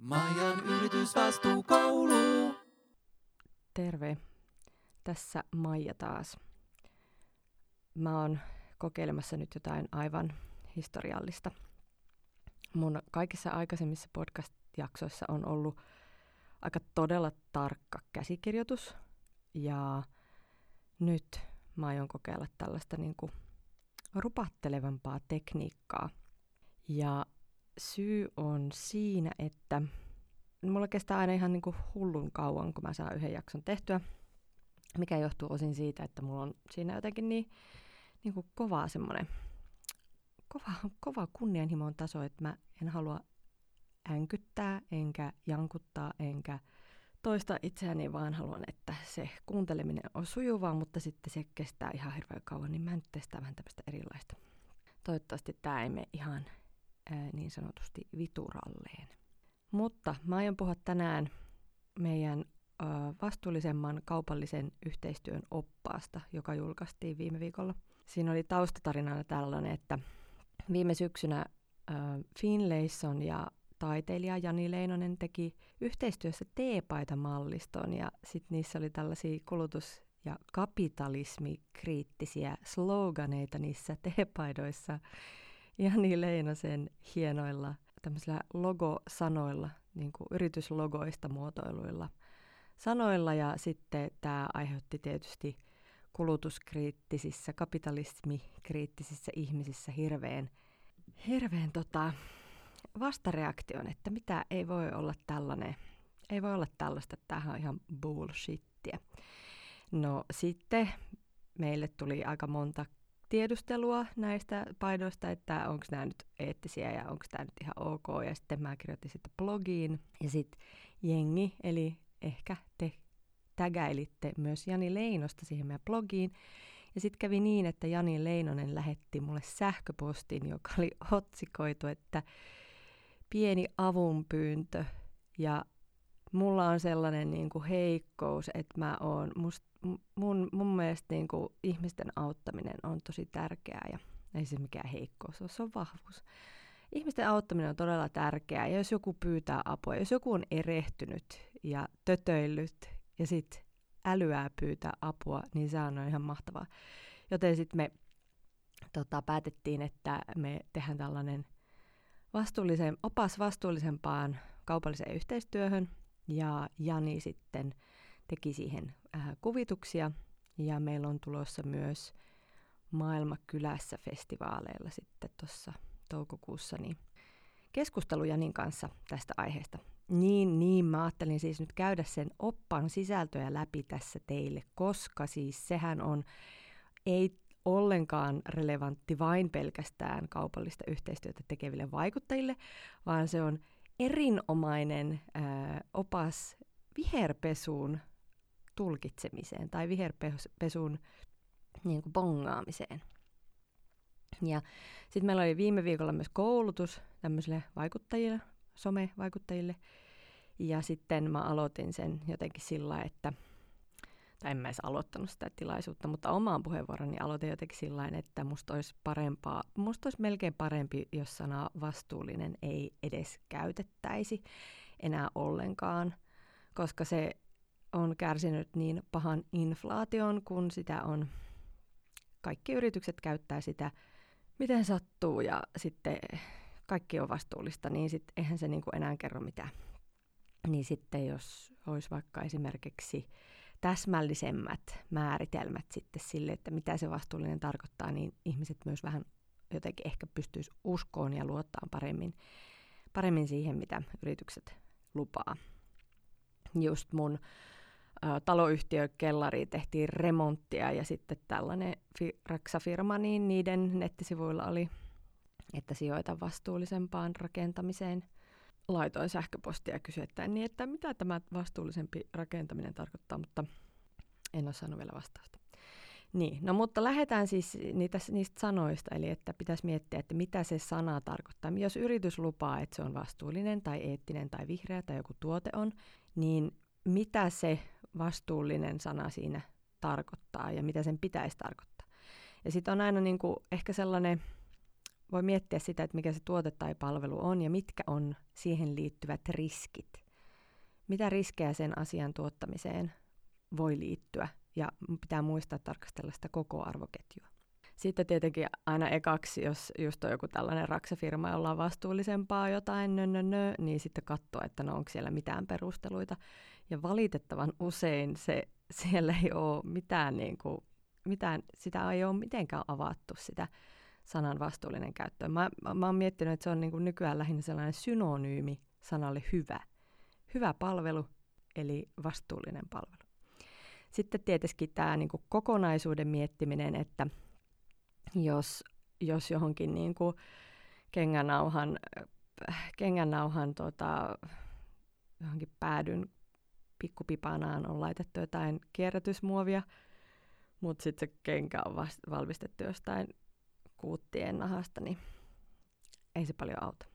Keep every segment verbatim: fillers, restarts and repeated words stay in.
Maijan yritysvastuukoulu. Terve, tässä Maija taas. Mä oon kokeilemassa nyt jotain aivan historiallista. Mun kaikissa aikaisemmissa podcast-jaksoissa on ollut aika todella tarkka käsikirjoitus. Ja nyt mä aion kokeilla tällaista niinku rupattelevampaa tekniikkaa. Ja syy on siinä, että mulla kestää aina ihan niinku hullun kauan, kun mä saan yhden jakson tehtyä, mikä johtuu osin siitä, että mulla on siinä jotenkin niin, niinku kova semmoinen, kova, kova kunnianhimon taso, että mä en halua änkyttää, enkä jankuttaa, enkä toista itseäni, vaan haluan, että se kuunteleminen on sujuvaa, mutta sitten se kestää ihan hirveän kauan, niin mä nyt testaan vähän tämmöistä erilaista. Toivottavasti tää ei mene ihan ää, niin sanotusti vituralleen. Mutta mä aion puhua tänään meidän ö, vastuullisemman kaupallisen yhteistyön oppaasta, joka julkaistiin viime viikolla. Siinä oli taustatarinana tällainen, että viime syksynä ö, Finlayson ja taiteilija Jani Leinonen teki yhteistyössä teepaitamalliston, ja sitten niissä oli tällaisia kulutus- ja kapitalismikriittisiä sloganeita niissä teepaidoissa Jani Leinosen hienoilla tämmöisillä logosanoilla, niin kuin yrityslogoista muotoiluilla sanoilla, ja sitten tämä aiheutti tietysti kulutuskriittisissä, kapitalismikriittisissä ihmisissä hirveän, hirveän tota, vastareaktion, että mitä ei voi olla tällainen, ei voi olla tällaista, että tämähän on ihan bullshittiä. No sitten meille tuli aika monta tiedustelua näistä paidoista, että onko nämä nyt eettisiä ja onko tämä nyt ihan ok. Ja sitten mä kirjoitin sitten blogiin. Ja sitten jengi, eli ehkä te tägäilitte myös Jani Leinosta siihen meidän blogiin. Ja sitten kävi niin, että Jani Leinonen lähetti mulle sähköpostin, joka oli otsikoitu, että pieni avunpyyntö. Ja mulla on sellainen niin kuin heikkous, että mä oon, must, mun, mun mielestä niin kuin ihmisten auttaminen on tosi tärkeää, ja ei se mikään heikkous ole, se on vahvuus. Ihmisten auttaminen on todella tärkeää, ja jos joku pyytää apua, jos joku on erehtynyt ja tötöillyt ja sitten älyää pyytää apua, niin se on ihan mahtavaa. Joten sitten me tota, päätettiin, että me tehdään tällainen vastuullisen, opas vastuullisempaan kaupalliseen yhteistyöhön, ja Jani sitten teki siihen äh, kuvituksia, ja meillä on tulossa myös Maailmakylässä festivaaleilla sitten tuossa toukokuussa niin keskustelu Janin kanssa tästä aiheesta. Niin, niin, mä ajattelin siis nyt käydä sen oppaan sisältöjä läpi tässä teille, koska siis sehän on, ei ollenkaan relevantti vain pelkästään kaupallista yhteistyötä tekeville vaikuttajille, vaan se on erinomainen ää, opas viherpesun tulkitsemiseen tai viherpesun niin kuin bongaamiseen. Ja sitten meillä oli viime viikolla myös koulutus tämmöisille vaikuttajille, somevaikuttajille. Ja sitten mä aloitin sen jotenkin sillä, että, tai en mä edes aloittanut sitä tilaisuutta, mutta omaan puheenvuoroni aloitin jotenkin sillä, että musta olisi parempaa, musta olisi melkein parempi, jos sanaa vastuullinen ei edes käytettäisi enää ollenkaan, koska se on kärsinyt niin pahan inflaation, kun sitä on, kaikki yritykset käyttää sitä, miten sattuu, ja sitten kaikki on vastuullista, niin sitten eihän se niinku enää kerro mitään. Niin sitten jos olisi vaikka esimerkiksi täsmällisemmät määritelmät sitten sille, että mitä se vastuullinen tarkoittaa, niin ihmiset myös vähän jotenkin ehkä pystyisi uskoon ja luottaa paremmin, paremmin siihen, mitä yritykset lupaa. Just mun ä, taloyhtiö kellariin tehtiin remonttia, ja sitten tällainen fi- raksafirma, niin niiden nettisivuilla oli, että sijoita vastuullisempaan rakentamiseen. Laitoin sähköpostia ja kysyin, että, niin, että mitä tämä vastuullisempi rakentaminen tarkoittaa, mutta en ole saanut vielä vastausta. Niin, no mutta lähdetään siis niitä, niistä sanoista, eli että pitäisi miettiä, että mitä se sana tarkoittaa. Jos yritys lupaa, että se on vastuullinen tai eettinen tai vihreä tai joku tuote on, niin mitä se vastuullinen sana siinä tarkoittaa ja mitä sen pitäisi tarkoittaa. Ja sitten on aina niin kuin ehkä sellainen voi miettiä sitä, että mikä se tuote tai palvelu on ja mitkä on siihen liittyvät riskit. Mitä riskejä sen asian tuottamiseen voi liittyä ja pitää muistaa tarkastella sitä koko arvoketjua. Sitten tietenkin aina ekaksi, jos just on joku tällainen raksafirma, jolla on vastuullisempaa jotain, nö, nö, nö, niin sitten katsoa, että no onko siellä mitään perusteluita. Ja valitettavan usein se, siellä ei ole mitään, niin kuin, mitään, sitä ei ole mitenkään avattu sitä sanan vastuullinen käyttö. Mä, mä oon miettinyt, että se on niin kuin nykyään lähinnä sellainen synonyymi sanalle hyvä. Hyvä palvelu, eli vastuullinen palvelu. Sitten tietysti tämä niin kuin kokonaisuuden miettiminen, että jos, jos johonkin niin kuin kengännauhan, kengännauhan tota, johonkin päädyn pikkupipanaan on laitettu jotain kierrätysmuovia, mutta sitten se kenkä on vast, valmistettu jostain kuuttien nahasta, niin ei se paljon auta.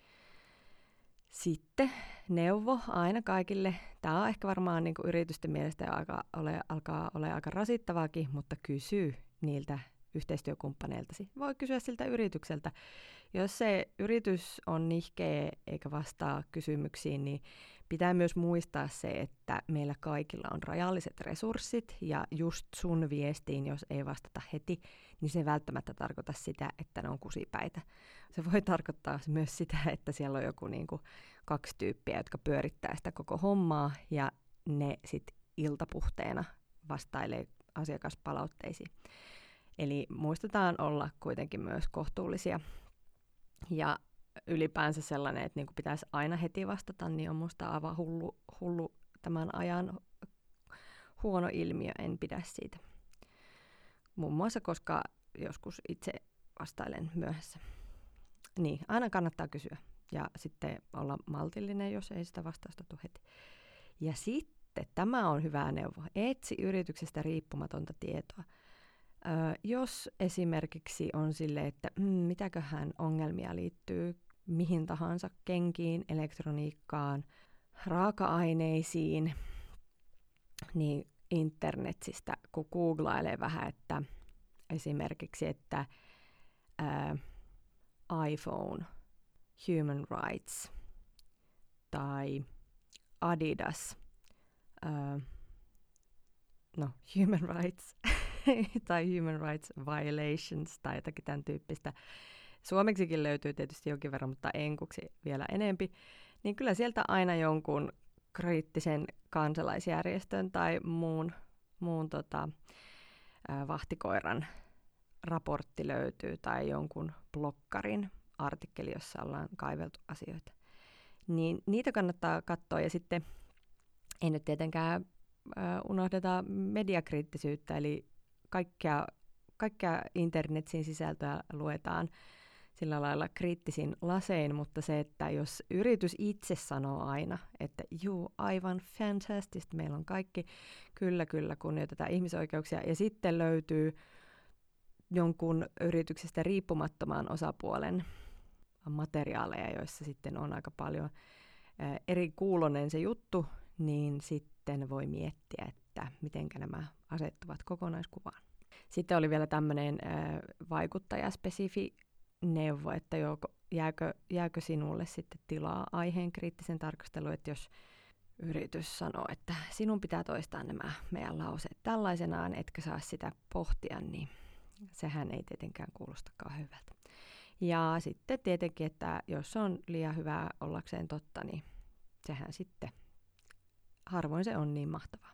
Sitten neuvo aina kaikille. Tämä on ehkä varmaan niin kuin yritysten mielestä jo aika, ole, alkaa olla aika rasittavaakin, mutta kysy niiltä yhteistyökumppaneiltasi. Voi kysyä siltä yritykseltä. Jos se yritys on nihkeä eikä vastaa kysymyksiin, niin pitää myös muistaa se, että meillä kaikilla on rajalliset resurssit ja just sun viestiin, jos ei vastata heti, niin se ei välttämättä tarkoita sitä, että ne on kusipäitä. Se voi tarkoittaa myös sitä, että siellä on joku niin kuin kaksi tyyppiä, jotka pyörittää sitä koko hommaa ja ne sitten iltapuhteena vastailee asiakaspalautteisiin. Eli muistetaan olla kuitenkin myös kohtuullisia ja ylipäänsä sellainen, että niin kuin pitäisi aina heti vastata, niin on musta aivan hullu, hullu tämän ajan huono ilmiö, en pidä siitä. Muun muassa, koska joskus itse vastailen myöhässä. Niin, aina kannattaa kysyä ja sitten olla maltillinen, jos ei sitä vastausta tule heti. Ja sitten, tämä on hyvä neuvo, etsi yrityksestä riippumatonta tietoa. Ö, jos esimerkiksi on silleen, että mm, mitäköhän ongelmia liittyy mihin tahansa kenkiin, elektroniikkaan, raaka-aineisiin, niin internetistä, kun googlailee vähän, että esimerkiksi, että ää, iPhone, human rights tai Adidas, ää, no human rights tai human rights violations tai jotakin tämän tyyppistä. Suomeksikin löytyy tietysti jonkin verran, mutta enkuksi vielä enempi. Niin kyllä sieltä aina jonkun kriittisen kansalaisjärjestön tai muun, muun tota, ä, vahtikoiran raportti löytyy tai jonkun bloggarin artikkeli, jossa ollaan kaiveltu asioita. Niin niitä kannattaa katsoa ja sitten ei nyt tietenkään ä, unohdeta mediakriittisyyttä, eli kaikkea, kaikkea internetin sisältöä luetaan sillä lailla kriittisin lasein, mutta se, että jos yritys itse sanoo aina, että juu, aivan fantastista, meillä on kaikki, kyllä, kyllä, kunnioitetaan ihmisoikeuksia, ja sitten löytyy jonkun yrityksestä riippumattoman osapuolen materiaaleja, joissa sitten on aika paljon ää, eri kuulonen se juttu, niin sitten voi miettiä, että miten nämä asettuvat kokonaiskuvaan. Sitten oli vielä tämmöinen ää, vaikuttajaspesifi neuvo, että joko, jääkö, jääkö sinulle sitten tilaa aiheen kriittisen tarkasteluun, että jos yritys sanoo, että sinun pitää toistaa nämä meidän lauseet tällaisenaan, etkä saa sitä pohtia, niin sehän ei tietenkään kuulostakaan hyvältä. Ja sitten tietenkin, että jos on liian hyvää ollakseen totta, niin sehän sitten harvoin se on niin mahtavaa.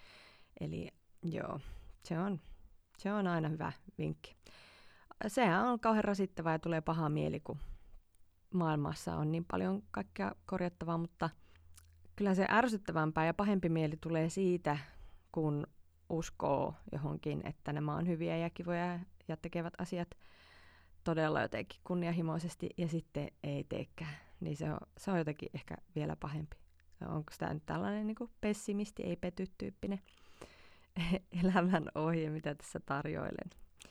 Eli joo, se on, se on aina hyvä vinkki. Sehän on kauhean rasittavaa ja tulee paha mieli, kun maailmassa on niin paljon kaikkea korjattavaa, mutta kyllä se ärsyttävämpää ja pahempi mieli tulee siitä, kun uskoo johonkin, että nämä on hyviä ja kivoja ja tekevät asiat todella jotenkin kunnianhimoisesti ja sitten ei teekään. Niin se on, se on jotenkin ehkä vielä pahempi. Onko tämä nyt tällainen niin kuin pessimisti, ei pety tyyppinen elämän ohje, mitä tässä tarjoilen?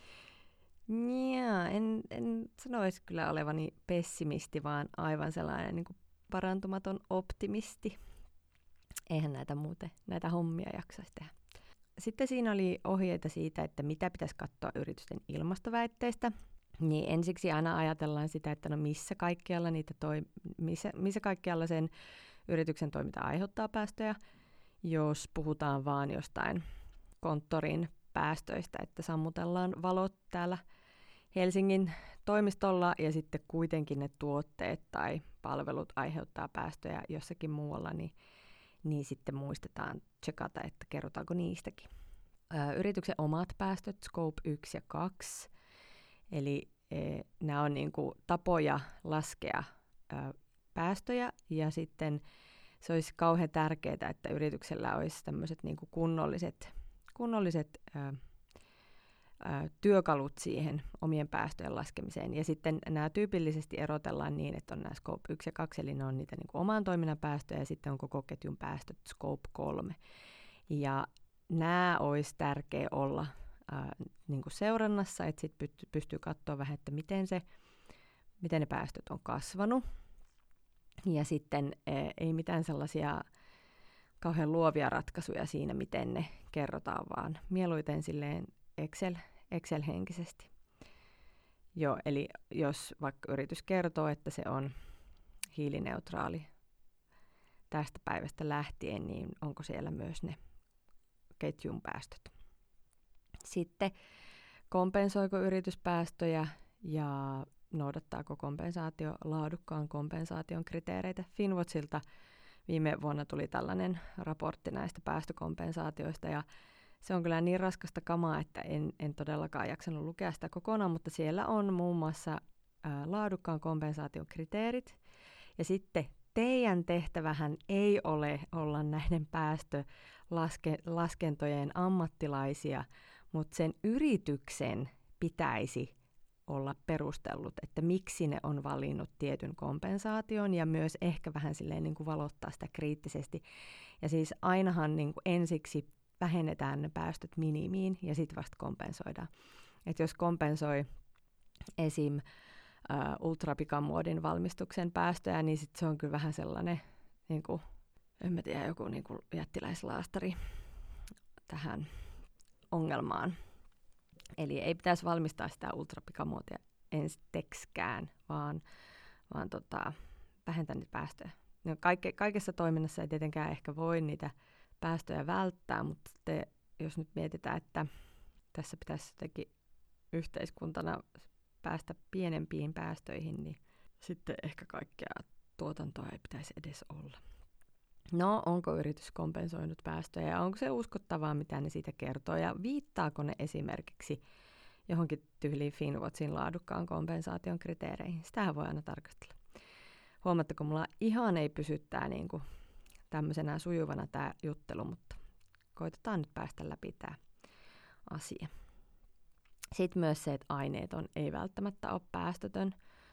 Jaa, en, en sanoisi kyllä olevani pessimisti, vaan aivan sellainen niin kuin parantumaton optimisti. Eihän näitä muuten, näitä hommia jaksaisi tehdä. Sitten siinä oli ohjeita siitä, että mitä pitäisi katsoa yritysten ilmastoväitteistä. Niin ensiksi aina ajatellaan sitä, että no missä kaikkialla, niitä toi, missä, missä kaikkialla sen yrityksen toiminta aiheuttaa päästöjä, jos puhutaan vaan jostain konttorin päästöistä, että sammutellaan valot täällä Helsingin toimistolla ja sitten kuitenkin ne tuotteet tai palvelut aiheuttaa päästöjä jossakin muualla, niin, niin sitten muistetaan tsekata, että kerrotaanko niistäkin. Ö, yrityksen omat päästöt, scope yksi ja kaksi, eli e, nämä on niinku tapoja laskea ö, päästöjä ja sitten se olisi kauhean tärkeää, että yrityksellä olisi tämmöiset niinku kunnolliset, kunnolliset ö, ö, työkalut siihen omien päästöjen laskemiseen. Ja sitten nämä tyypillisesti erotellaan niin, että on nämä scope yksi ja kaksi, eli ne on niitä niinku oman toiminnan päästöjä, ja sitten on koko ketjun päästöt scope kolme. Ja nämä olisi tärkeää olla ää, niinku seurannassa, että sitten pystyy, pystyy katsoa vähän, että miten, se, miten ne päästöt on kasvanut. Ja sitten ää, ei mitään sellaisia kauhean luovia ratkaisuja siinä, miten ne kerrotaan, vaan mieluiten silleen Excel, Excel-henkisesti. Joo, eli jos vaikka yritys kertoo, että se on hiilineutraali tästä päivästä lähtien, niin onko siellä myös ne ketjun päästöt. Sitten kompensoiko yritys päästöjä ja noudattaako kompensaatio laadukkaan kompensaation kriteereitä. Finnwatchilta viime vuonna tuli tällainen raportti näistä päästökompensaatioista ja se on kyllä niin raskasta kamaa, että en, en todellakaan jaksanut lukea sitä kokonaan, mutta siellä on muun muassa ää, laadukkaan kompensaation kriteerit ja sitten teidän tehtävähän ei ole olla näiden päästölaskentojen ammattilaisia, mutta sen yrityksen pitäisi olla perustellut, että miksi ne on valinnut tietyn kompensaation ja myös ehkä vähän silleen niin kuin valottaa sitä kriittisesti. Ja siis ainahan niin kuin ensiksi vähennetään ne päästöt minimiin ja sitten vasta kompensoidaan. Että jos kompensoi esim. Uh, ultrapikamuodin valmistuksen päästöjä, niin sit se on kyllä vähän sellainen, niin kuin, en mä tiedä, joku niin kuin jättiläislaastari tähän ongelmaan. Eli ei pitäisi valmistaa sitä ultrapikamuotia enstekskään, vaan, vaan tota, vähentää niitä päästöjä. No, kaike, kaikessa toiminnassa ei tietenkään ehkä voi niitä päästöjä välttää, mutta te, jos nyt mietitään, että tässä pitäisi jotenkin yhteiskuntana päästä pienempiin päästöihin, niin sitten ehkä kaikkea tuotantoa ei pitäisi edes olla. No, onko yritys kompensoinut päästöjä ja onko se uskottavaa, mitä ne siitä kertoo ja viittaako ne esimerkiksi johonkin tyyliin Finnwatchin laadukkaan kompensaation kriteereihin? Sitähän voi aina tarkastella. Huomattako, mulla ihan ei pysy tää niinku tämmöisenä sujuvana tämä juttelu, mutta koitetaan nyt päästä läpi tämä asia. Sitten myös se, että aineeton ei välttämättä ole päästötön.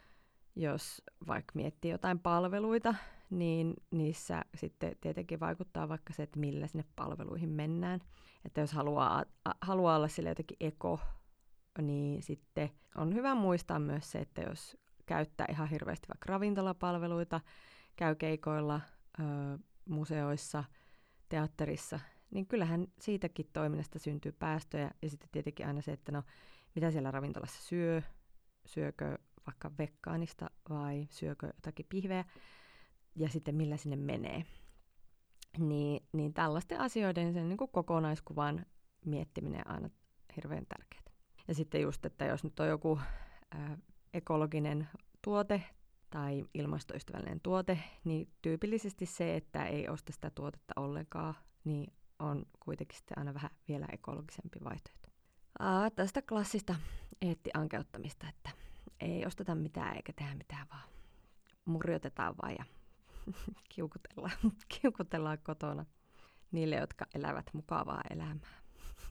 Jos vaikka miettii jotain palveluita, niin niissä sitten tietenkin vaikuttaa vaikka se, että millä sinne palveluihin mennään. Että jos haluaa, a, haluaa olla sille jotenkin eko, niin sitten on hyvä muistaa myös se, että jos käyttää ihan hirveästi vaikka ravintolapalveluita, käy keikoilla, ö, museoissa, teatterissa, niin kyllähän siitäkin toiminnasta syntyy päästöjä. Ja sitten tietenkin aina se, että no, mitä siellä ravintolassa syö, syökö vaikka veggaanista vai syökö jotakin pihveä, ja sitten millä sinne menee. Niin, niin tällaisten asioiden sen niin kuin kokonaiskuvan miettiminen on aina hirveän tärkeää. Ja sitten just, että jos nyt on joku ää, ekologinen tuote tai ilmastoystävällinen tuote, niin tyypillisesti se, että ei osta sitä tuotetta ollenkaan, niin on kuitenkin sitten aina vähän vielä ekologisempi vaihtoehto. Aa, tästä klassista eettiankeuttamista, että ei osteta mitään eikä tehdä mitään, vaan murjotetaan vaan ja kiukutellaan, kiukutellaan kotona niille, jotka elävät mukavaa elämää.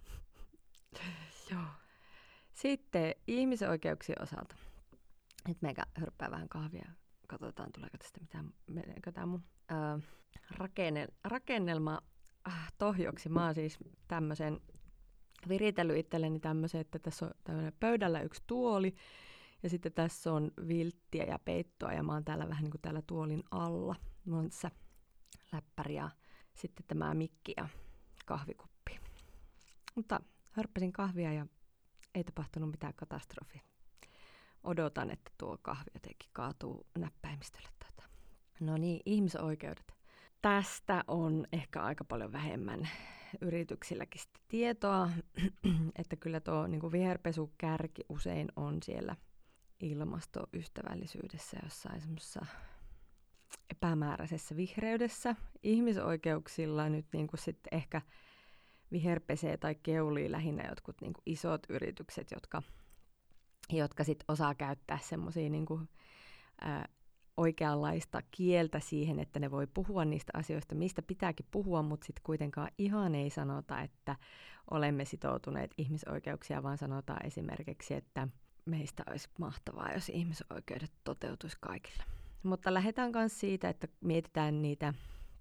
Joo. Sitten ihmisoikeuksien osalta. Nyt meikä hörppää vähän kahvia. Katsotaan, tuleeko tästä mitään, meneekö tämä mun ää, rakenne, rakennelma äh, tohjoksi. Mä oon siis tämmöisen viritellyt itselleni tämmöisen, että tässä on tämmöinen pöydällä yksi tuoli ja sitten tässä on vilttiä ja peittoa ja mä oon täällä vähän niin kuin täällä tuolin alla. Mulla on tässä läppäri ja sitten tämä mikki ja kahvikuppi. Mutta hörppäsin kahvia ja ei tapahtunut mitään katastrofia. odotan, että tuo kahvi jotenkin kaatuu näppäimistölle. Tätä. No niin, ihmisoikeudet. Tästä on ehkä aika paljon vähemmän yrityksilläkin tietoa, että kyllä tuo niin kuin viherpesukärki usein on siellä ilmastoystävällisyydessä jossain semmoisessa epämääräisessä vihreydessä. Ihmisoikeuksilla nyt niin kuin sitten ehkä viherpesee tai keulii lähinnä jotkut niin kuin isot yritykset, jotka, jotka sitten osaa käyttää semmoisia niin kuin, ää, oikeanlaista kieltä siihen, että ne voi puhua niistä asioista, mistä pitääkin puhua, mutta sitten kuitenkaan ihan ei sanota, että olemme sitoutuneet ihmisoikeuksia, vaan sanotaan esimerkiksi, että meistä olisi mahtavaa, jos ihmisoikeudet toteutuisi kaikilla. Mutta lähdetään myös siitä, että mietitään niitä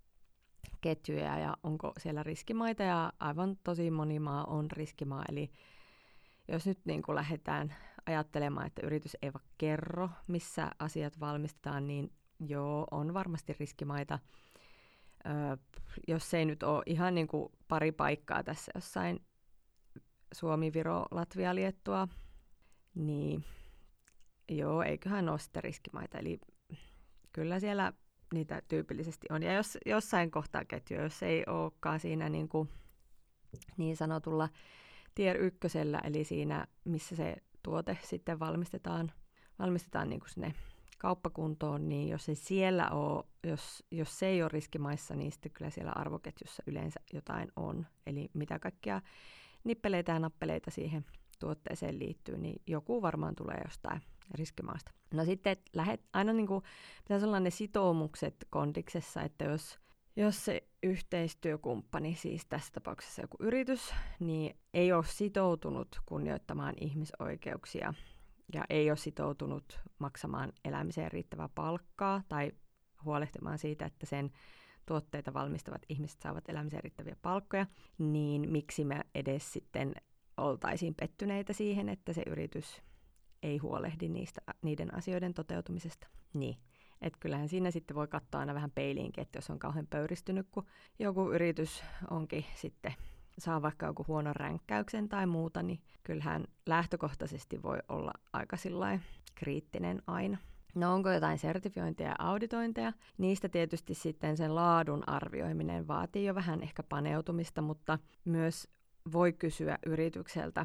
ketjuja ja onko siellä riskimaita, ja aivan tosi moni maa on riskimaa, eli jos nyt niin kuin lähdetään ajattelemaan, että yritys ei vaan kerro, missä asiat valmistetaan, niin joo, on varmasti riskimaita. Öö, jos ei nyt ole ihan niin kuin pari paikkaa tässä jossain Suomi, Viro, Latvia, Liettua, niin joo, eiköhän ole sitten riskimaita. Eli kyllä siellä niitä tyypillisesti on. Ja jos jossain kohtaa ketjua, jos ei olekaan siinä niin, kuin niin sanotulla tier ykkösellä, eli siinä, missä se tuote sitten valmistetaan, valmistetaan niin kuin sinne kauppakuntoon, niin jos ei siellä ole, jos, jos se ei ole riskimaissa, niin sitten kyllä siellä arvoketjussa yleensä jotain on. Eli mitä kaikkia nippeleitä ja nappeleita siihen tuotteeseen liittyy, niin joku varmaan tulee jostain riskimaasta. No sitten lähet, aina niin kuin pitäisi olla ne sitoumukset kondiksessa, että jos, jos se yhteistyökumppani, siis tässä tapauksessa joku yritys, niin ei ole sitoutunut kunnioittamaan ihmisoikeuksia ja ei ole sitoutunut maksamaan elämiseen riittävää palkkaa tai huolehtimaan siitä, että sen tuotteita valmistavat ihmiset saavat elämiseen riittäviä palkkoja, niin miksi me edes sitten oltaisiin pettyneitä siihen, että se yritys ei huolehdi niistä, niiden asioiden toteutumisesta. Niin, että kyllähän siinä sitten voi katsoa aina vähän peiliinkin, että jos on kauhean pöyristynyt, kun joku yritys onkin sitten, saa vaikka joku huonon ränkkäyksen tai muuta, niin kyllähän lähtökohtaisesti voi olla aika sillain kriittinen aina. No onko jotain sertifiointeja ja auditointeja? Niistä tietysti sitten sen laadun arvioiminen vaatii jo vähän ehkä paneutumista, mutta myös voi kysyä yritykseltä,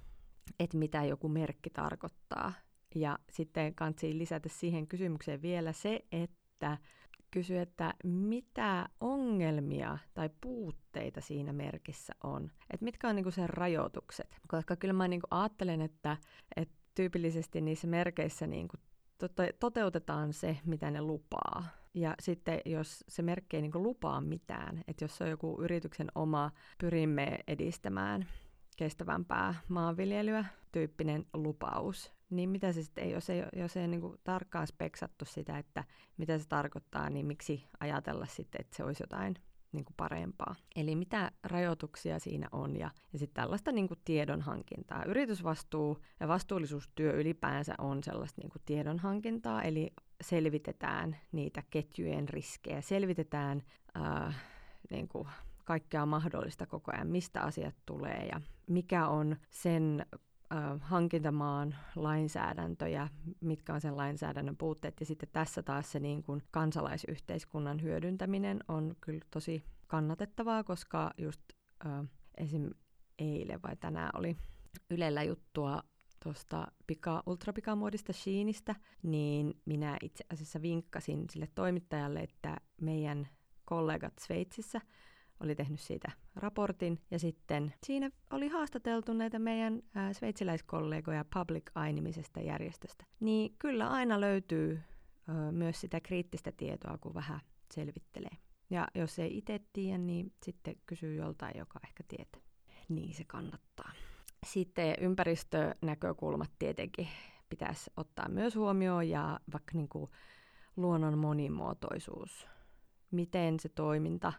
että mitä joku merkki tarkoittaa. Ja sitten kansi lisätä siihen kysymykseen vielä se, että kysy, että mitä ongelmia tai puutteita siinä merkissä on. Että mitkä on niinku sen rajoitukset. Koska kyllä mä niinku ajattelen, että, että tyypillisesti niissä merkeissä niinku toteutetaan se, mitä ne lupaa. Ja sitten jos se merkki ei niinku lupaa mitään, että jos on joku yrityksen oma pyrimme edistämään kestävämpää maanviljelyä tyyppinen lupaus, niin mitä se sitten ei, jos ei, jos ei niinku tarkkaan speksattu sitä, että mitä se tarkoittaa, niin miksi ajatella sitten, että se olisi jotain niinku parempaa. Eli mitä rajoituksia siinä on ja, ja sitten tällaista niinku tiedonhankintaa. Yritysvastuu ja vastuullisuustyö ylipäänsä on sellaista niinku tiedonhankintaa, eli selvitetään niitä ketjujen riskejä, selvitetään ää, niinku kaikkea mahdollista koko ajan, mistä asiat tulee ja mikä on sen äh, hankintamaan lainsäädäntö ja mitkä on sen lainsäädännön puutteet. Ja sitten tässä taas se niin kuin kansalaisyhteiskunnan hyödyntäminen on kyllä tosi kannatettavaa, koska just äh, esim. Eilen vai tänään oli Ylellä juttua tuosta pika, ultrapikamuodista Sheinistä, niin minä itse asiassa vinkkasin sille toimittajalle, että meidän kollegat Sveitsissä oli tehnyt siitä raportin, ja sitten siinä oli haastateltu näitä meidän ää, sveitsiläiskollegoja Public Eye-nimisestä järjestöstä. Niin kyllä aina löytyy ää, myös sitä kriittistä tietoa, kun vähän selvittelee. Ja jos ei itse tiedä, niin sitten kysyy joltain, joka ehkä tietää. Niin se kannattaa. Sitten ympäristönäkökulmat tietenkin pitäisi ottaa myös huomioon, ja vaikka niin kuin luonnon monimuotoisuus. Miten se toiminta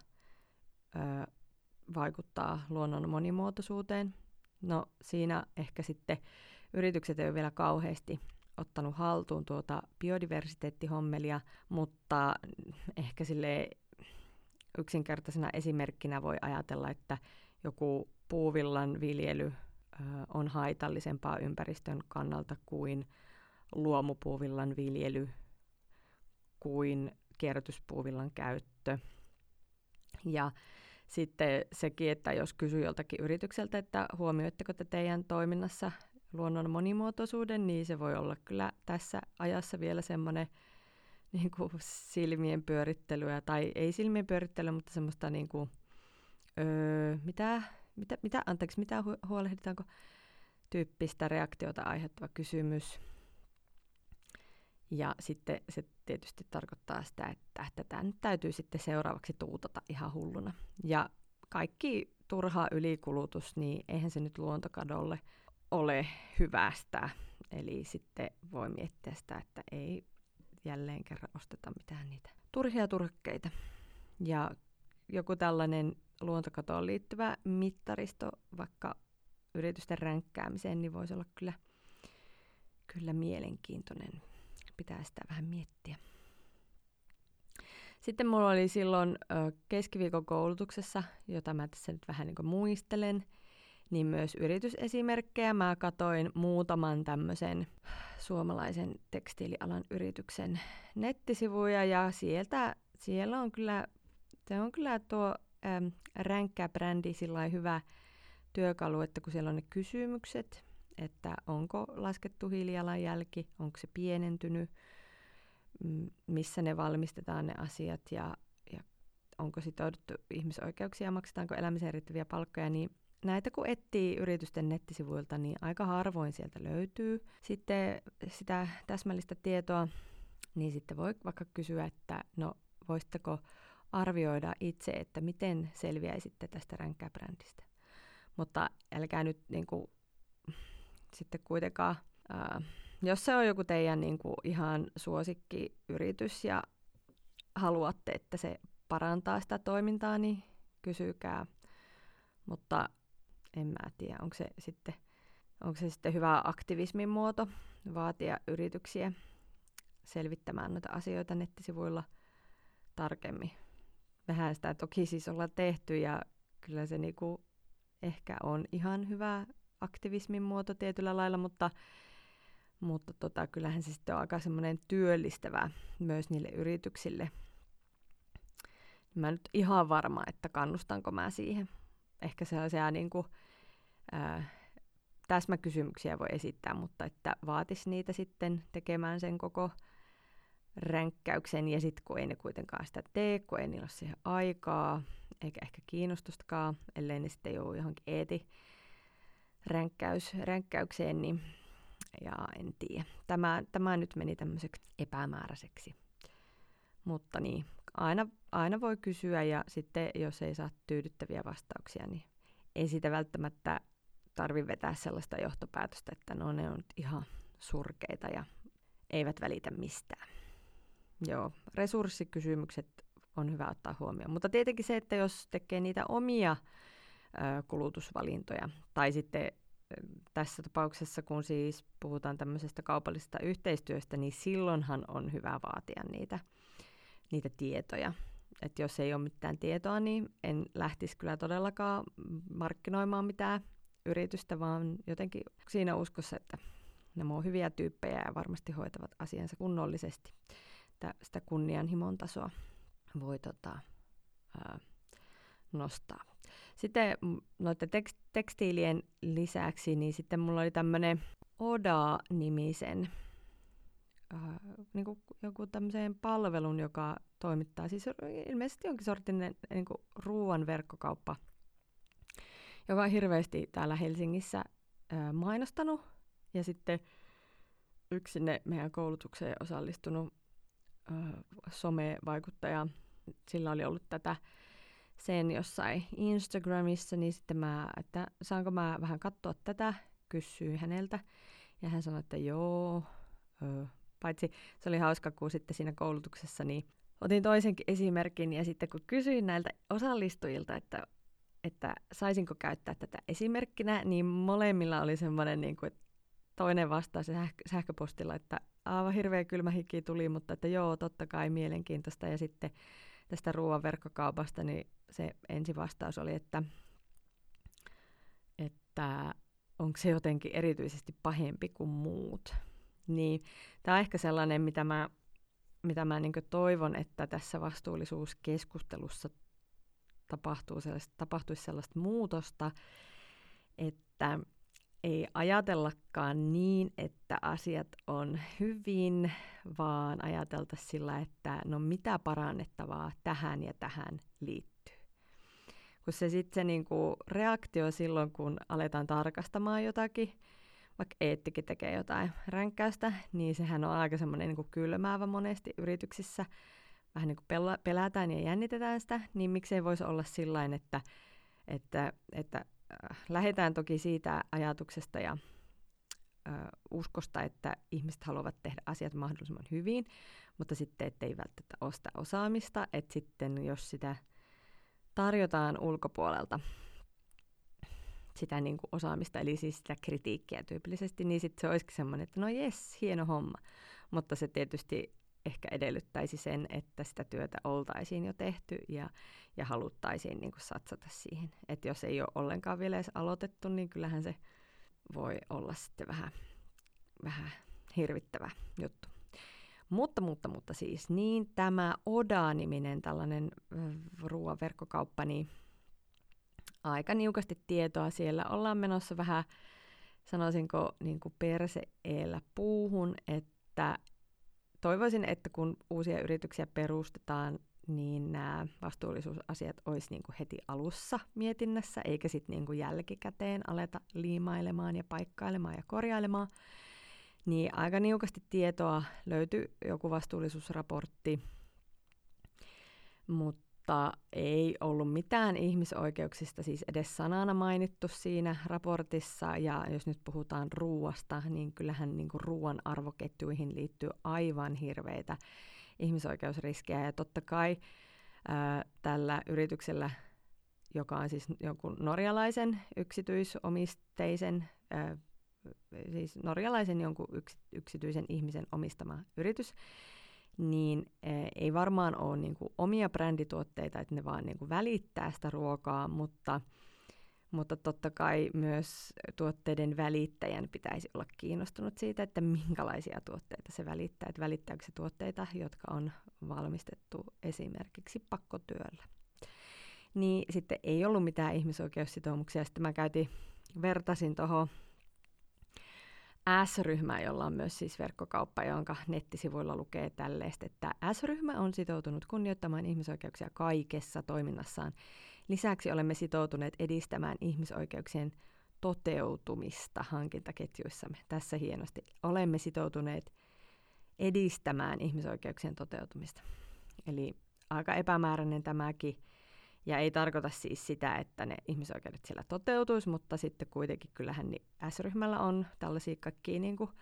ö, vaikuttaa luonnon monimuotoisuuteen. No siinä ehkä sitten yritykset ei ole vielä kauheasti ottanut haltuun tuota biodiversiteettihommelia, mutta ehkä sille yksinkertaisena esimerkkinä voi ajatella, että joku puuvillan viljely ö, on haitallisempaa ympäristön kannalta kuin luomupuuvillan viljely kuin kierrätyspuuvillan käyttö. Ja sitten sekin, että jos kysyy joltakin yritykseltä, että huomioitteko te teidän toiminnassa luonnon monimuotoisuuden, niin se voi olla kyllä tässä ajassa vielä semmoinen niin kuin silmien pyörittelyä, tai ei silmien pyörittelyä, mutta semmoista niin kuin, öö, mitä, mitä, mitä, anteeksi, mitä hu- huolehditaanko tyyppistä reaktiota aiheuttava kysymys. Ja sitten se tietysti tarkoittaa sitä, että tätä nyt täytyy sitten seuraavaksi tuutata ihan hulluna. Ja kaikki turha ylikulutus, niin eihän se nyt luontokadolle ole hyvästä. Eli sitten voi miettiä sitä, että ei jälleen kerran osteta mitään niitä turhia turkkeita. Ja joku tällainen luontokatoon liittyvä mittaristo, vaikka yritysten ränkkäämiseen, niin voisi olla kyllä, kyllä mielenkiintoinen. Pitää sitä vähän miettiä. Sitten mulla oli silloin ö, keskiviikon koulutuksessa, jota mä tässä nyt vähän niin kuin muistelen, niin myös yritysesimerkkejä. Mä katoin muutaman tämmöisen suomalaisen tekstiilialan yrityksen nettisivuja ja sieltä, siellä on kyllä, se on kyllä tuo äm, ränkkä brändi sillai hyvä työkalu, että kun siellä on ne kysymykset, että onko laskettu hiilijalanjälki, onko se pienentynyt, missä ne valmistetaan ne asiat ja, ja onko sitouduttu ihmisoikeuksia, maksetaanko elämiseen riittäviä palkkoja, niin näitä kun etsii yritysten nettisivuilta, niin aika harvoin sieltä löytyy sitten sitä täsmällistä tietoa, niin sitten voi vaikka kysyä, että no voisitteko arvioida itse, että miten selviäisitte tästä ränkkäbrändistä. Mutta älkää nyt niin kuin, sitten kuitenkaan, ää, jos se on joku teidän niin kuin, ihan suosikkiyritys ja haluatte, että se parantaa sitä toimintaa, niin kysykää. Mutta en mä tiedä, onko se sitten, onko se sitten hyvä aktivismin muoto vaatia yrityksiä selvittämään noita asioita nettisivuilla tarkemmin. Vähän sitä toki siis ollaan tehty ja kyllä se niinku ehkä on ihan hyvä aktivismin muoto tietyllä lailla, mutta, mutta tota, kyllähän se sitten on aika semmoinen työllistävä myös niille yrityksille. Mä en nyt ihan varma, että kannustanko mä siihen. Ehkä sellaisia niin kuin, ää, täsmäkysymyksiä voi esittää, mutta että vaatisi niitä sitten tekemään sen koko ränkkäyksen, ja sitten kun ei ne kuitenkaan sitä tee, kun ei niillä ole siihen aikaa, eikä ehkä kiinnostustakaan, ellei ne sitten joudu johonkin eeti ränkkäys, ränkkäykseen, niin ja en tiedä. Tämä, tämä nyt meni tämmöiseksi epämääräiseksi. Mutta niin, aina, aina voi kysyä, ja sitten jos ei saa tyydyttäviä vastauksia, niin ei siitä välttämättä tarvitse vetää sellaista johtopäätöstä, että no ne on nyt ihan surkeita ja eivät välitä mistään. Joo, resurssikysymykset on hyvä ottaa huomioon. Mutta tietenkin se, että jos tekee niitä omia ö, kulutusvalintoja, tai sitten tässä tapauksessa, kun siis puhutaan tämmöisestä kaupallisesta yhteistyöstä, niin silloinhan on hyvä vaatia niitä, niitä tietoja. Että jos ei ole mitään tietoa, niin en lähtisi kyllä todellakaan markkinoimaan mitään yritystä, vaan jotenkin siinä uskossa, että nämä on hyviä tyyppejä ja varmasti hoitavat asiansa kunnollisesti. Että sitä kunnianhimon tasoa voi tota, ää, nostaa. Sitten noiden tekst- tekstiilien lisäksi, niin sitten mulla oli tämmöinen Oda-nimisen ää, niin kuin joku tämmöisen palvelun, joka toimittaa siis ilmeisesti jonkin sortinen niin kuin ruoan verkkokauppa, joka on hirveästi täällä Helsingissä ää, mainostanut. Ja sitten yksi sinne meidän koulutukseen osallistunut ää, somevaikuttaja, sillä oli ollut tätä sen jossain Instagramissa, niin sitten mä, että saanko mä vähän katsoa tätä, kysyin häneltä. Ja hän sanoi, että joo, ö, paitsi se oli hauska, kun sitten siinä koulutuksessa niin otin toisenkin esimerkin, ja sitten kun kysyin näiltä osallistujilta, että, että saisinko käyttää tätä esimerkkinä, niin molemmilla oli semmoinen, niin kuin, että toinen vastasi sähkö, sähköpostilla, että aivan hirveä kylmä hiki tuli, mutta että joo, totta kai mielenkiintoista. Ja sitten tästä ruoan verkkokaupasta, niin se ensivastaus oli, että, että onko se jotenkin erityisesti pahempi kuin muut. Niin, tämä on ehkä sellainen, mitä mä, mitä mä niin kuin toivon, että tässä vastuullisuuskeskustelussa tapahtuu sellaista, tapahtuisi sellaista muutosta, että ei ajatellakaan niin, että asiat on hyvin, vaan ajateltaisiin sillä, että no mitä parannettavaa tähän ja tähän liittyy. Kun se sitten se niinku reaktio silloin, kun aletaan tarkastamaan jotakin, vaikka eettikin tekee jotain ränkkäystä, niin sehän on aika semmoinen niinku kylmäävä monesti yrityksissä. Vähän niin kuin pelätään ja jännitetään sitä, niin miksei voisi olla sillain, että, että, että lähdetään toki siitä ajatuksesta ja ö, uskosta, että ihmiset haluavat tehdä asiat mahdollisimman hyvin, mutta sitten ettei välttämättä ole sitä osaamista, että sitten jos sitä tarjotaan ulkopuolelta, sitä niin kuin osaamista, eli siis sitä kritiikkiä tyypillisesti, niin sitten se olisikin semmoinen, että no jes, hieno homma, mutta se tietysti ehkä edellyttäisi sen, että sitä työtä oltaisiin jo tehty ja, ja haluttaisiin niin kuin satsata siihen. Että jos ei ole ollenkaan vielä edes aloitettu, niin kyllähän se voi olla sitten vähän, vähän hirvittävä juttu. Mutta, mutta, mutta siis niin tämä Oda-niminen tällainen ruoan verkkokauppa, niin aika niukasti tietoa. Siellä ollaan menossa vähän, sanoisinko, niin kuin perse-eellä puuhun, että toivoisin, että kun uusia yrityksiä perustetaan, niin nämä vastuullisuusasiat olisi niin kuin heti alussa mietinnässä, eikä sitten niin kuin jälkikäteen aleta liimailemaan ja paikkailemaan ja korjailemaan. Niin aika niukasti tietoa löytyi joku vastuullisuusraportti, mutta ei ollut mitään ihmisoikeuksista siis edes sanana mainittu siinä raportissa. Ja jos nyt puhutaan ruuasta, niin kyllähän niin kuin ruuan arvoketjuihin liittyy aivan hirveitä ihmisoikeusriskejä. Ja totta kai ää, tällä yrityksellä, joka on siis jonkun norjalaisen yksityisomisteisen, ää, siis norjalaisen jonkun yks, yksityisen ihmisen omistama yritys, niin ei varmaan ole niin kuin omia brändituotteita, että ne vaan niin kuin välittää sitä ruokaa, mutta, mutta totta kai myös tuotteiden välittäjän pitäisi olla kiinnostunut siitä, että minkälaisia tuotteita se välittää, että välittääkö se tuotteita, jotka on valmistettu esimerkiksi pakkotyöllä. Niin sitten ei ollut mitään ihmisoikeussitoumuksia, sitten mä käytin, vertasin tuohon S-ryhmä, jolla on myös siis verkkokauppa, jonka nettisivuilla lukee tälleistä, että S-ryhmä on sitoutunut kunnioittamaan ihmisoikeuksia kaikessa toiminnassaan. Lisäksi olemme sitoutuneet edistämään ihmisoikeuksien toteutumista hankintaketjuissamme. Tässä hienosti. Olemme sitoutuneet edistämään ihmisoikeuksien toteutumista. Eli aika epämääräinen tämäkin. Ja ei tarkoita siis sitä, että ne ihmisoikeudet siellä toteutuisi, mutta sitten kuitenkin kyllähän niin S-ryhmällä on tällaisia kaikkia niin kuin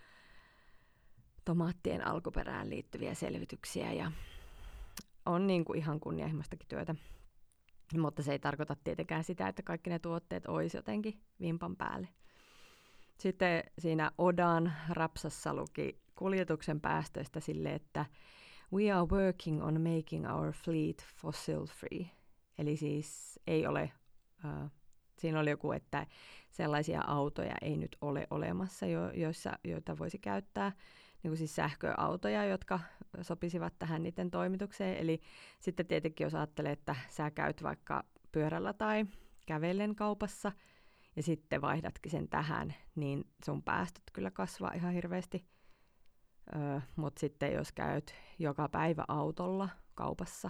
tomaattien alkuperään liittyviä selvityksiä ja on niin kuin ihan kunnianhimoistakin työtä. Mutta se ei tarkoita tietenkään sitä, että kaikki ne tuotteet olisi jotenkin vimpan päälle. Sitten siinä Odan rapsassa luki kuljetuksen päästöistä sille, että we are working on making our fleet fossil free. Eli siis ei ole, äh, siinä oli joku, että sellaisia autoja ei nyt ole olemassa, jo, joissa, joita voisi käyttää, niin kuin siis sähköautoja, jotka sopisivat tähän niiden toimitukseen. Eli sitten tietenkin jos ajattelee, että sä käyt vaikka pyörällä tai kävellen kaupassa ja sitten vaihdatkin sen tähän, niin sun päästöt kyllä kasvaa ihan hirveästi. Öö, mutta sitten jos käyt joka päivä autolla kaupassa,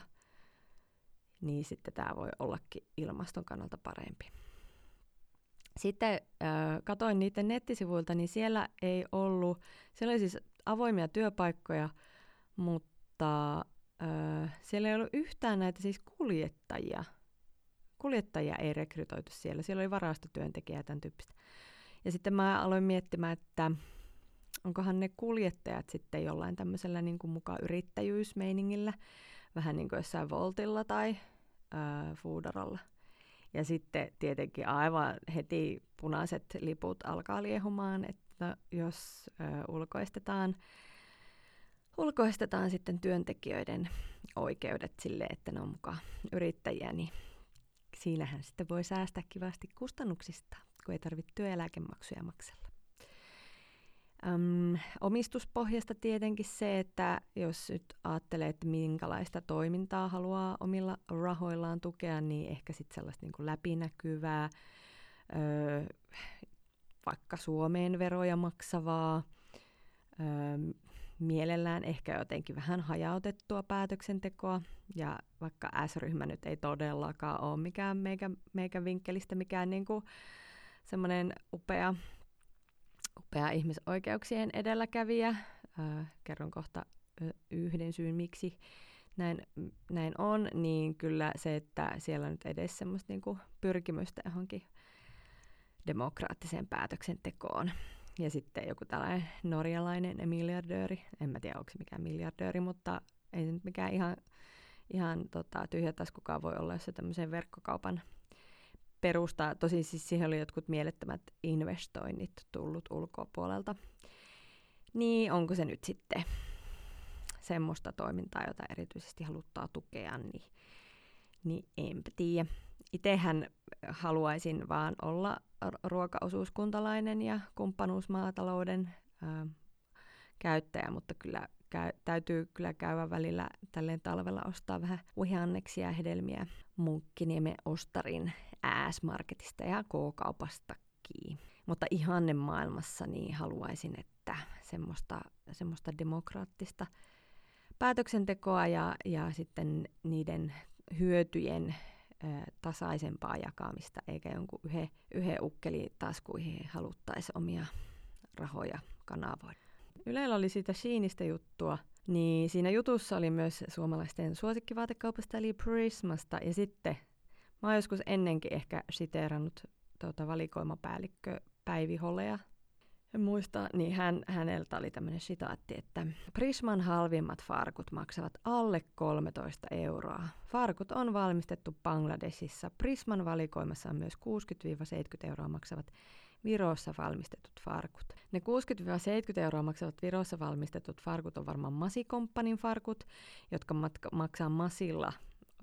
niin sitten tämä voi ollakin ilmaston kannalta parempi. Sitten äh, katoin niiden nettisivuilta, niin siellä ei ollut, siellä oli siis avoimia työpaikkoja, mutta äh, siellä ei ollut yhtään näitä siis kuljettajia. Kuljettajia ei rekrytoitu siellä, siellä oli varastotyöntekijä ja tämän tyyppistä. Ja sitten mä aloin miettimään, että onkohan ne kuljettajat sitten jollain tämmöisellä niin kuin mukaan yrittäjyysmeiningillä, vähän niin kuin jossain Voltilla tai ää, Foodaralla. Ja sitten tietenkin aivan heti punaiset liput alkaa liehumaan, että jos ää, ulkoistetaan, ulkoistetaan sitten työntekijöiden oikeudet sille, että ne on mukaan yrittäjiä, niin siinähän sitten voi säästää kivasti kustannuksista, kun ei tarvitse työeläkemaksuja maksella. Öm, omistuspohjasta tietenkin se, että jos nyt ajattelee, että minkälaista toimintaa haluaa omilla rahoillaan tukea, niin ehkä sitten sellaista niin kuin läpinäkyvää, öö, vaikka Suomeen veroja maksavaa, öö, mielellään ehkä jotenkin vähän hajautettua päätöksentekoa, ja vaikka S-ryhmä nyt ei todellakaan ole mikään meikä, meikä vinkkelistä mikään niinku semmoinen upea, upea ihmisoikeuksien edelläkävijä. Öö, kerron kohta ö, yhden syyn, miksi näin, näin on, niin kyllä se, että siellä on nyt edes semmoista niinku pyrkimystä johonkin demokraattiseen päätöksentekoon. Ja sitten joku tällainen norjalainen miljardööri, en mä tiedä onko se mikään miljardööri, mutta ei se nyt mikään ihan, ihan tota, tyhjä taskukaan voi olla, jos se tämmöisen verkkokaupan perustaa. Tosin siis siihen oli jotkut mielettömät investoinnit tullut ulkopuolelta. Niin onko se nyt sitten semmoista toimintaa, jota erityisesti haluttaa tukea, niin, niin enpä tiedä. Itsehän haluaisin vaan olla ruokaosuuskuntalainen ja kumppanuusmaatalouden ää, käyttäjä, mutta kyllä käy, täytyy kyllä käydä välillä tälleen talvella ostaa vähän vihanneksia ja hedelmiä Munkkiniemen Ostarin S-marketista ja K-kaupastakin. Mutta ihanne maailmassa niin haluaisin, että semmoista, semmoista demokraattista päätöksentekoa ja, ja sitten niiden hyötyjen tasaisempaa jakamista, eikä jonkun yhden, yhden ukkeli taskuihin haluttaisi omia rahoja kanavoida. Ylellä oli siitä Sheinistä juttua, niin siinä jutussa oli myös suomalaisten suosikkivaatekauppasta eli Prismasta, ja sitten mä oon joskus ennenkin ehkä siteerannut tuota valikoimapäällikkö Päivi Holea. En muista, niin hän, häneltä oli tämmöinen sitaatti, että Prisman halvimmat farkut maksavat alle kolmetoista euroa. Farkut on valmistettu Bangladesissa. Prisman valikoimassa on myös kuusikymmentä seitsemänkymmentä euroa maksavat Virossa valmistetut farkut. Ne kuusikymmentä seitsemänkymmentä euroa maksavat Virossa valmistetut farkut on varmaan Masi-komppanin farkut, jotka matka- maksaa Masilla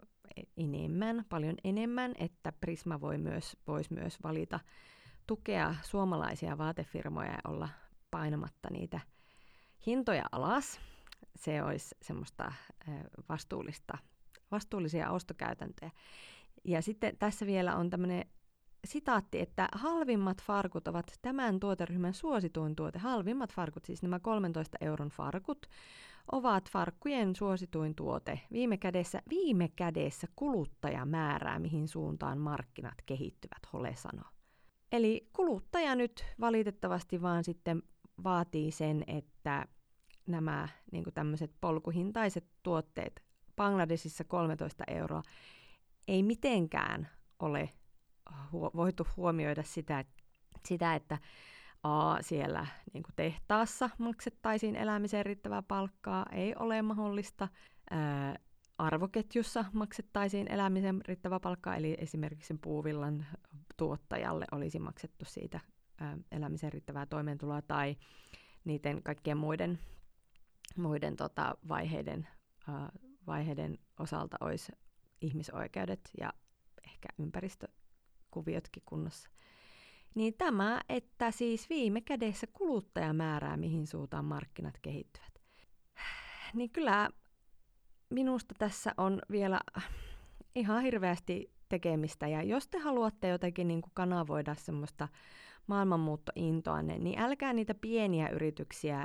enemmän, paljon enemmän, että Prisma voi myös, voisi myös valita tukea suomalaisia vaatefirmoja ja olla painamatta niitä hintoja alas. Se olisi semmoista vastuullista, vastuullisia ostokäytäntöjä. Ja sitten tässä vielä on tämmöinen sitaatti, että halvimmat farkut ovat tämän tuoteryhmän suosituin tuote. Halvimmat farkut, siis nämä kolmentoista euron farkut, ovat farkkujen suosituin tuote. Viime kädessä, viime kädessä kuluttaja määrää, mihin suuntaan markkinat kehittyvät, Hole sanoo. Eli kuluttaja nyt valitettavasti vaan sitten vaatii sen, että nämä niin kuin tämmöiset polkuhintaiset tuotteet, Bangladesissa kolmetoista euroa, ei mitenkään ole hu- voitu huomioida sitä, sitä että a, siellä niin kuin tehtaassa maksettaisiin elämiseen riittävää palkkaa, ei ole mahdollista. Ää, arvoketjussa maksettaisiin elämisen riittävää palkkaa, eli esimerkiksi sen puuvillan tuottajalle olisi maksettu siitä ää, elämisen riittävää toimeentuloa, tai niiden kaikkien muiden, muiden tota, vaiheiden, ää, vaiheiden osalta olisi ihmisoikeudet ja ehkä ympäristökuviotkin kunnossa. Niin tämä, että siis viime kädessä kuluttaja määrää, mihin suuntaan markkinat kehittyvät. Niin kyllä minusta tässä on vielä ihan hirveästi tekemistä, ja jos te haluatte jotenkin niin kuin kanavoida semmoista maailmanmuuttointoanne, niin älkää niitä pieniä yrityksiä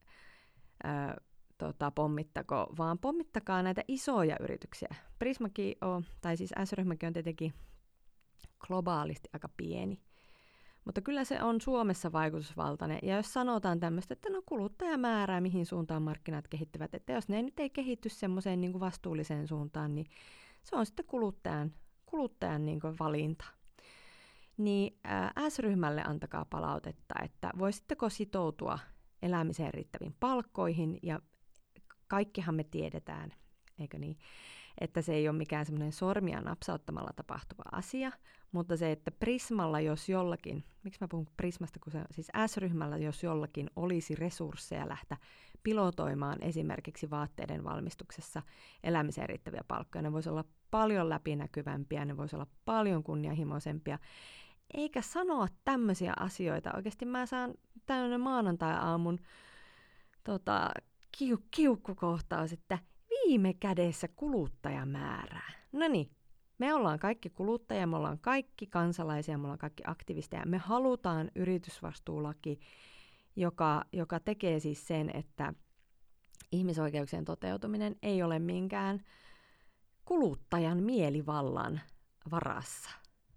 ää, tota, pommittako, vaan pommittakaa näitä isoja yrityksiä. Prismakin on, tai siis S-ryhmäkin on tietenkin globaalisti aika pieni, mutta kyllä se on Suomessa vaikutusvaltainen, ja jos sanotaan tämmöistä, että no kuluttaja määrää, mihin suuntaan markkinat kehittyvät, että jos ne nyt ei kehitty semmoiseen niin kuin vastuulliseen suuntaan, niin se on sitten kuluttajan, kuluttajan niin kuin valinta. Niin ää, S-ryhmälle antakaa palautetta, että voisitteko sitoutua elämiseen riittäviin palkkoihin, ja kaikkihan me tiedetään, eikö niin, että se ei ole mikään semmoinen sormia napsauttamalla tapahtuva asia, mutta se, että Prismalla jos jollakin, miksi mä puhun Prismasta, kun se siis S-ryhmällä jos jollakin olisi resursseja lähteä pilotoimaan esimerkiksi vaatteiden valmistuksessa elämiseen riittäviä palkkoja, ne voisi olla paljon läpinäkyvämpiä, ne voisi olla paljon kunnianhimoisempia, eikä sanoa tämmöisiä asioita. Oikeasti mä saan tämmöinen maanantai-aamun tota, kiu, kiukkukohtaus, että viime kädessä kuluttaja määrää. No niin, me ollaan kaikki kuluttajia, me ollaan kaikki kansalaisia, me ollaan kaikki aktivisteja. Me halutaan yritysvastuulaki, joka, joka tekee siis sen, että ihmisoikeuksien toteutuminen ei ole minkään kuluttajan mielivallan varassa.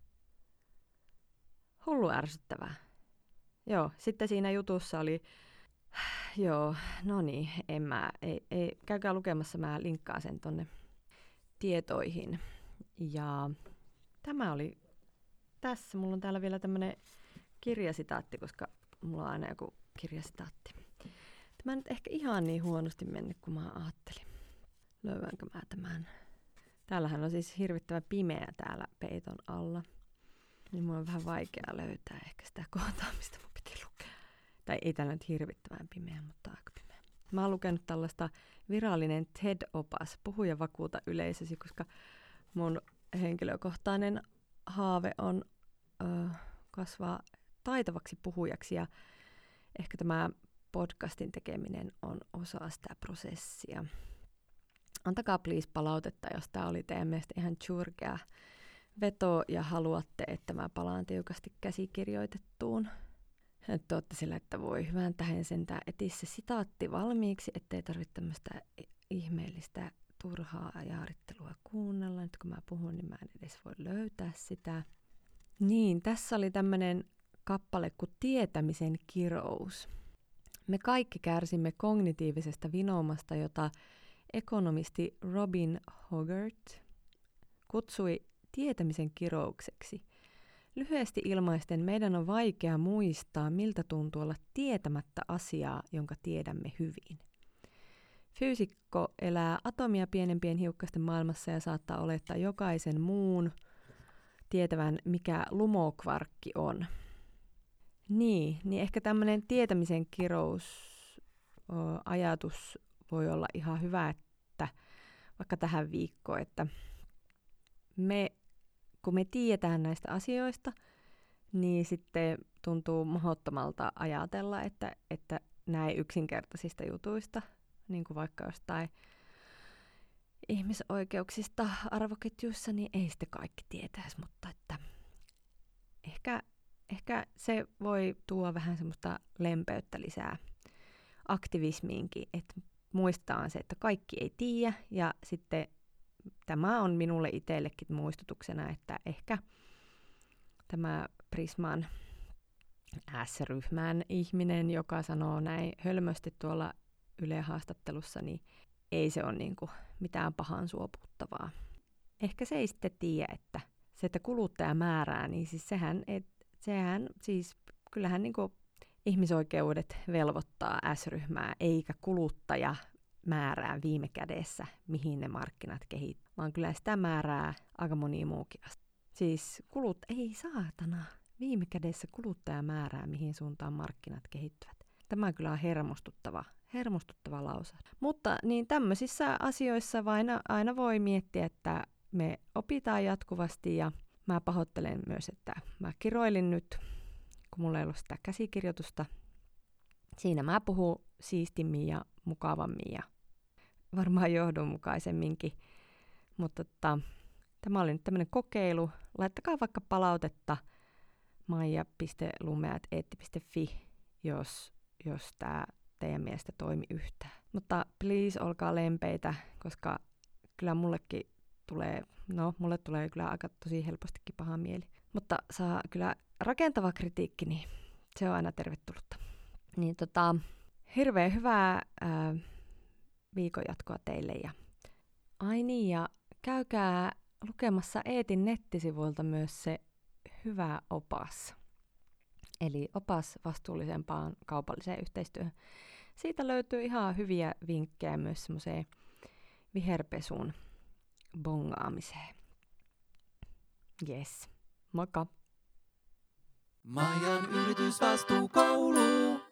Hullu ärsyttävää. Joo, sitten siinä jutussa oli, joo, no niin, en mä, ei, ei, käykää lukemassa, mä linkkaan sen tonne tietoihin. Ja tämä oli tässä, mulla on täällä vielä tämmönen kirjasitaatti, koska mulla on aina joku kirjasitaatti. Tämä nyt ehkä ihan niin huonosti mennyt kuin mä ajattelin. Löydänkö mä tämän? Täällähän on siis hirvittävä pimeä täällä peiton alla. Niin mun on vähän vaikea löytää ehkä sitä kohtaa, mistä mun piti lukea. Tai ei täällä nyt hirvittävän pimeä, mutta aika pimeä. Mä oon lukenut tällaista virallinen TED-opas, puhu ja vakuuta yleisösi, koska mun henkilökohtainen haave on ö, kasvaa taitavaksi puhujaksi ja ehkä tämä podcastin tekeminen on osa sitä prosessia. Antakaa please palautetta, jos tämä oli teidän mielestä ihan surkea veto ja haluatte, että mä palaan tiukasti käsikirjoitettuun. Nyt ootte sillä, että voi hyvän tähän sentään etis se sitaatti valmiiksi, ettei tarvitse tämmöistä ihmeellistä turhaa jaarittelua kuunnella. Nyt kun mä puhun, niin mä en edes voi löytää sitä. Niin, tässä oli tämmöinen kappale kuin Tietämisen kirous. Me kaikki kärsimme kognitiivisesta vinoumasta, jota ekonomisti Robin Hoggart kutsui tietämisen kiroukseksi. Lyhyesti ilmaisten meidän on vaikea muistaa, miltä tuntuu olla tietämättä asiaa, jonka tiedämme hyvin. Fyysikko elää atomia pienempien hiukkasten maailmassa ja saattaa olettaa jokaisen muun tietävän, mikä lumokvarkki on. Niin, niin ehkä tämmöinen tietämisen kirous o, ajatus voi olla ihan hyvä, että vaikka tähän viikkoon, että me, kun me tiedetään näistä asioista, niin sitten tuntuu mahdottomalta ajatella, että, että näin yksinkertaisista jutuista, niin kuin vaikka jostain ihmisoikeuksista arvoketjuissa, niin ei sitten kaikki tietäisi, mutta että ehkä, ehkä se voi tuoda vähän semmoista lempeyttä lisää aktivismiinkin, että muistaa se, että kaikki ei tiedä, ja sitten tämä on minulle itsellekin muistutuksena, että ehkä tämä Prisman S-ryhmän ihminen, joka sanoo näin hölmösti tuolla Yle-haastattelussa, niin ei se ole niin kuin mitään pahan suoputtavaa. Ehkä se ei sitten tiedä, että se, että kuluttaja määrää, niin siis sehän, et, sehän siis kyllähän niin kuin ihmisoikeudet velvoittaa S-ryhmää, eikä kuluttaja määrää viime kädessä, mihin ne markkinat kehittyvät, vaan kyllä sitä määrää aika moni muukin. Siis kulut, ei saatana, viime kädessä kuluttaja määrää, mihin suuntaan markkinat kehittyvät. Tämä kyllä on hermostuttava, hermostuttava lause. Mutta niin tämmöisissä asioissa aina, aina voi miettiä, että me opitaan jatkuvasti ja mä pahoittelen myös, että mä kiroilin nyt, kun mulla ei ollut sitä käsikirjoitusta. Siinä mä puhun siistimmin ja mukavammin ja varmaan johdonmukaisemminkin. Mutta tota, tämä oli nyt tämmöinen kokeilu. Laittakaa vaikka palautetta maija piste lumea ät eetti piste fi, jos, jos tämä teidän mielestä toimi yhtään. Mutta please olkaa lempeitä, koska kyllä mullekin tulee, no mulle tulee kyllä aika tosi helpostikin paha mieli. Mutta saa kyllä rakentava kritiikki, niin se on aina tervetullutta. Niin tota, hirveän hyvää ää, viikon jatkoa teille. Ja, ai niin, ja käykää lukemassa Eetin nettisivuilta myös se hyvä opas. Eli opas vastuullisempaan kaupalliseen yhteistyöhön. Siitä löytyy ihan hyviä vinkkejä myös semmoiseen viherpesun bongaamiseen. Yes. Moikka! Maijan yritysvastuukoulu.